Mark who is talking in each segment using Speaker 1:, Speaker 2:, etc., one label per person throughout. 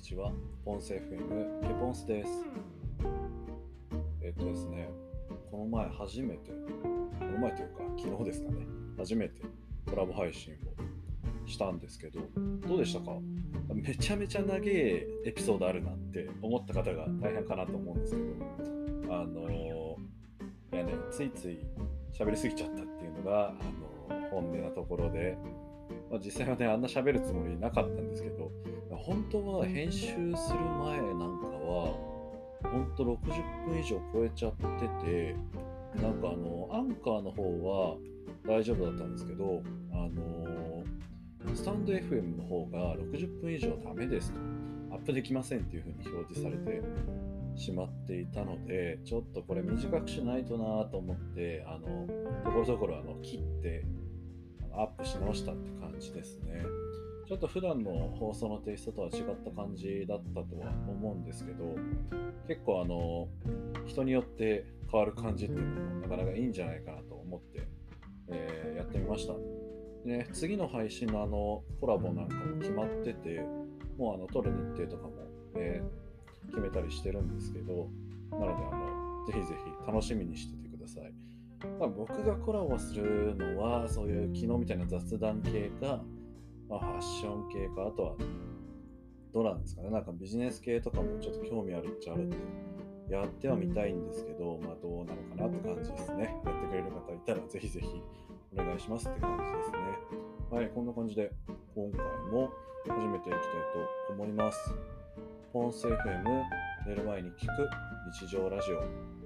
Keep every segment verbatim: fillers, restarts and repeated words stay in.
Speaker 1: ちは。ポンス エフエム ケポンスです。えっとですね、この前初めて、この前というか昨日ですかね、初めてコラボ配信をしたんですけど、どうでしたか？めちゃめちゃ長いエピソードあるなって思った方が大変かなと思うんですけど、あのー、いやね、ついつい喋りすぎちゃったっていうのが、あのー、本音なところで、まあ、実際はね、あんな喋るつもりなかったんですけど、本当は編集する前なんかは、本当ろくじゅっぷん以上超えちゃってて、なんかあの、アンカーの方は大丈夫だったんですけど、あのー、スタンド エフエム の方がろくじゅっぷん以上ダメですと、アップできませんっていう風に表示されてしまっていたので、ちょっとこれ短くしないとなと思って、あの、ところどころあの切って、アップし直したって感じですね。ちょっと普段の放送のテイストとは違った感じだったとは思うんですけど、結構あの人によって変わる感じっていうのもなかなかいいんじゃないかなと思って、えーやってみました。ね、次の配信のあのコラボなんかも決まってて、もうあの撮る日程とかも、えー決めたりしてるんですけど、なのであのぜひぜひ楽しみにしててください。まあ、僕がコラボするのはそういう昨日みたいな雑談系か、まあ、ファッション系か、あとはどうなんですかね、なんかビジネス系とかもちょっと興味あるっちゃあるんでやってはみたいんですけど、まあ、どうなのかなって感じですね。やってくれる方いたらぜひぜひお願いしますって感じですね。はい、こんな感じで今回も始めていきたいと思います。ポンス エフエム 寝る前に聞く日常ラジオ。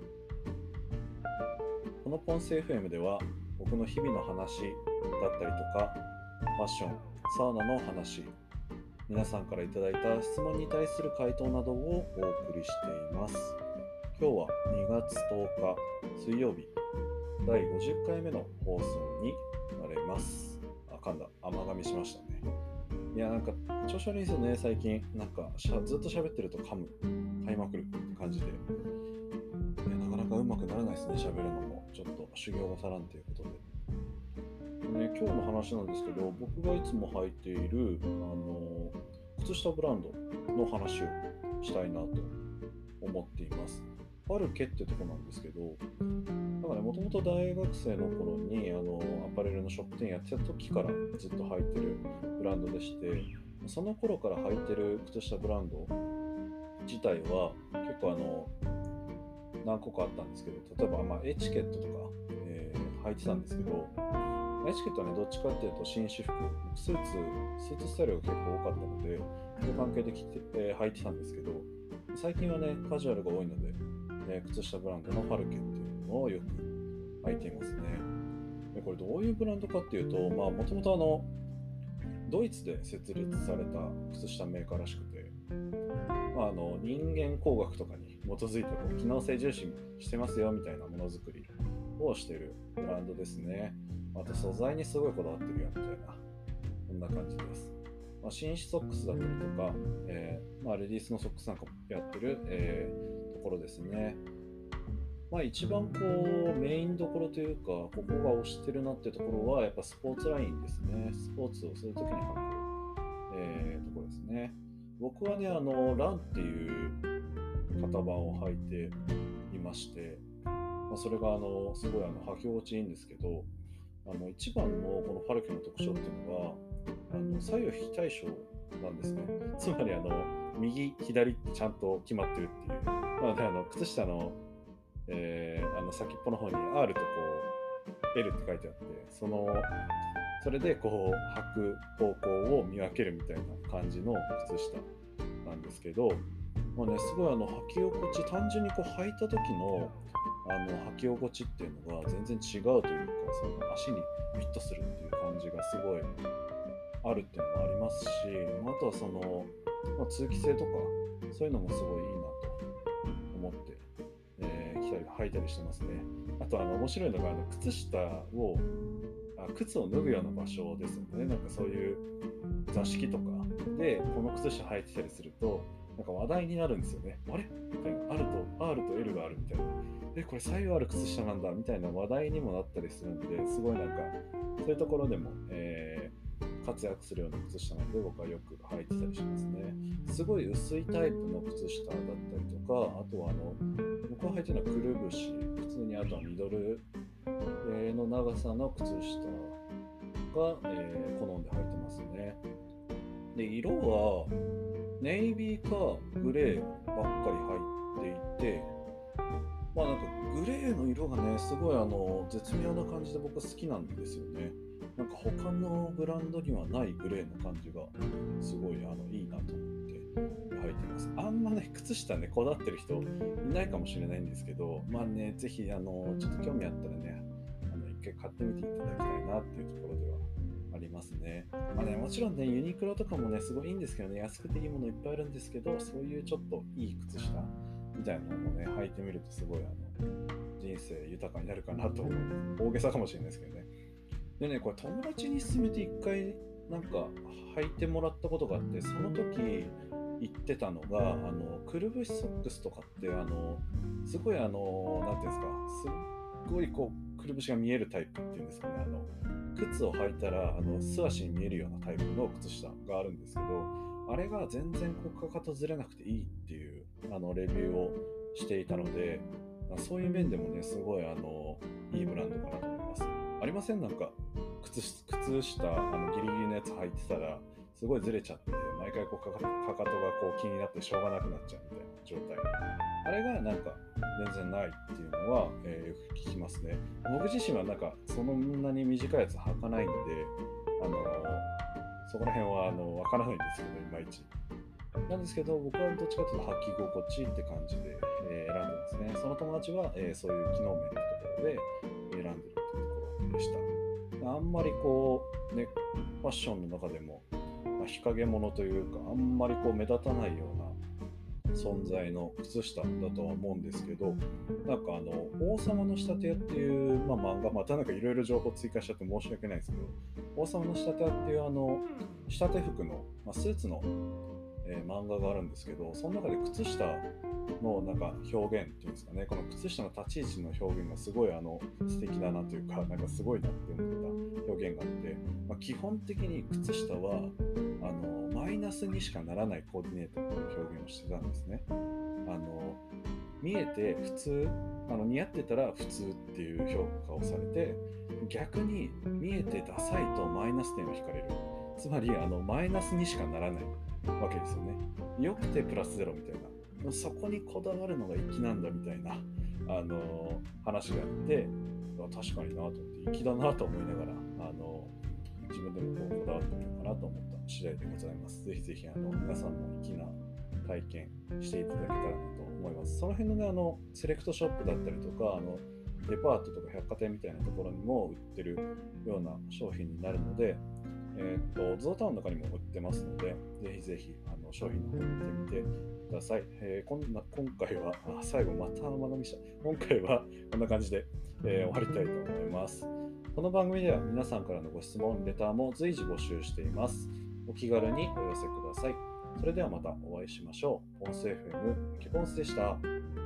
Speaker 1: このポンス エフエム では僕の日々の話だったりとか、ファッション、サウナの話、皆さんからいただいた質問に対する回答などをお送りしています。今日はにがつとおか水曜日、だいごじゅっかいめの放送になります。あ、噛んだ。甘噛みしましたね。いや、なんか調子悪いですよね、最近。なんかしゃずっと喋ってると噛む、噛みまくるって感じで。いや、なかなかうまくならないですね、喋るのも。ちょっと修行が足らんということで。ね、今日の話なんですけど、僕がいつも履いているあの靴下ブランドの話をしたいなと思っています。ファルケってとこなんですけど、なんかね、もともと大学生の頃にあのアパレルのショップ店やってた時からずっと履いてるブランドでして、その頃から履いてる靴下ブランド自体は結構あの何個かあったんですけど、例えば、まあ、エチケットとか、えー履いてたんですけど、エチケットはね、どっちかっていうと紳士服、スーツ、スーツスタイルが結構多かったので、その関係で着て、えー履いてたんですけど、最近はね、カジュアルが多いので、えー靴下ブランドのファルケっていうのをよく履いていますね。でこれどういうブランドかっていうと、まあ、もともとあの、ドイツで設立された靴下メーカーらしくて、まあ、あの人間工学とかに基づいてこう機能性重視してますよみたいなものづくりをしているブランドですね。あと素材にすごいこだわってるよみたいな、こんな感じです。まあ、紳士ソックスだったりとか、えーまあ、レディースのソックスなんかもやってる、えーところですね。まあ、一番こうメインどころというか、ここが推してるなってところはやっぱスポーツラインですね。スポーツをするときに履く、えーところですね。僕はね、あのランっていう型番を履いていまして、まあ、それがあのすごいあの履き心地いいんですけど、あの一番のこのファルケの特徴っていうのは、あの左右非対称なんですね。つまりあの右左ってちゃんと決まってるっていう。なのであの靴下の、えーあの先っぽの方に R とこう L って書いてあって、そのそれでこう履く方向を見分けるみたいな感じの靴下なんですけど、まあね、すごいあの履き心地、単純にこう履いた時のあの履き心地っていうのが全然違うというか、その足にフィットするっていう感じがすごいあるっていうのもありますし、あとはその、まあ、通気性とかそういうのもすごいいいなと思って、えー、着たり履いたりしてますね。あとあの面白いのが、あの靴下をあ靴を脱ぐような場所ですよね。なんかそういう座敷とかでこの靴下履いてたりすると、なんか話題になるんですよね。あれみたいな。R と R と L があるみたいな。え、これ左右ある靴下なんだみたいな話題にもなったりするんで、すごいなんかそういうところでも、えー活躍するような靴下なので僕はよく履いてたりしますね。すごい薄いタイプの靴下だったりとか、あとはあの僕が履いてるのはくるぶし、普通にあとはミドルの長さの靴下が、えー、好んで履いてますね。で、色はネイビーかグレーばっかり入っていて、まあなんかグレーの色がね、すごいあの絶妙な感じで僕好きなんですよね。なんか他のブランドにはないグレーの感じがすごいあのいいなと思って履いてます。あんまね、靴下ね、こだわってる人いないかもしれないんですけど、まあね、ぜひあのちょっと興味あったらね、あの一回買ってみていただきたいなっていうところではありますね。まあね、もちろんね、ユニクロとかもね、すごいいいんですけどね、安くていいものいっぱいあるんですけど、そういうちょっといい靴下みたいなのもね、履いてみるとすごいあの人生豊かになるかなと思う。大げさかもしれないですけどね。でね、これ友達に勧めて一回なんか履いてもらったことがあって、その時言ってたのが、あのくるぶしソックスとかってあのすごいあのなんていうんですか、すっごいこうくるぶしが見えるタイプっていうんですかね、あの靴を履いたらあの素足に見えるようなタイプの靴下があるんですけど、あれが全然こうかかとずれなくていいっていうあのレビューをしていたので、そういう面でもね、すごいあのいいブランドかなと思います。ありません？なんか靴、靴下あのギリギリのやつ履いてたらすごいずれちゃって、毎回こうかかかかとがこう気になってしょうがなくなっちゃうみたいな状態。あれがなんか全然ないっていうのは、えー、よく聞きますね。僕自身はなんかそんなに短いやつ履かないんで、あのー、そこら辺はあの分からないんですけど、いまいち。なんですけど、僕はどっちかというと履き心地って感じで、えー、選んでますね。その友達は、えー、そういう機能面のところで選んでるっていうところでした。あんまりこうね、ファッションの中でも、まあ、日陰者というか、あんまりこう目立たないような存在の靴下だとは思うんですけど、なんかあの王様の仕立て屋っていう、まあ、漫画、またなんかいろいろ情報追加しちゃって申し訳ないですけど、王様の仕立て屋っていうあの仕立て服の、まあ、スーツの、えー、漫画があるんですけど、その中で靴下のなんか表現っていうんですかね、この靴下の立ち位置の表現がすごいあの素敵だなというか、なんかすごいなって思った表現があって、まあ、基本的に靴下はあのマイナスにしかならないコーディネートっていう表現をしてたんですね。あの見えて普通、あの似合ってたら普通っていう評価をされて、逆に見えてダサいとマイナス点を引かれる。つまりあのマイナスにしかならないわけですよね。良くてプラスゼロみたいな、そこにこだわるのが粋なんだみたいな、あの話があって、確かになと思って粋だなと思いながら、あの自分でもこうこだわってみようかなと思った次第でございます。ぜひぜひあの皆さんも粋な体験していただけたらなと思います。その辺のね、あのセレクトショップだったりとか、あのデパートとか百貨店みたいなところにも売ってるような商品になるので、えー、っとゾウタウンの中にも売ってますので、ぜひぜひあの商品の方見てみてください。えー、こんな今回はあ最後また間延びした。今回はこんな感じで、えー、終わりたいと思います。この番組では皆さんからのご質問、レターも随時募集しています。お気軽にお寄せください。それではまたお会いしましょう。ポンス エフエム、キポンスでした。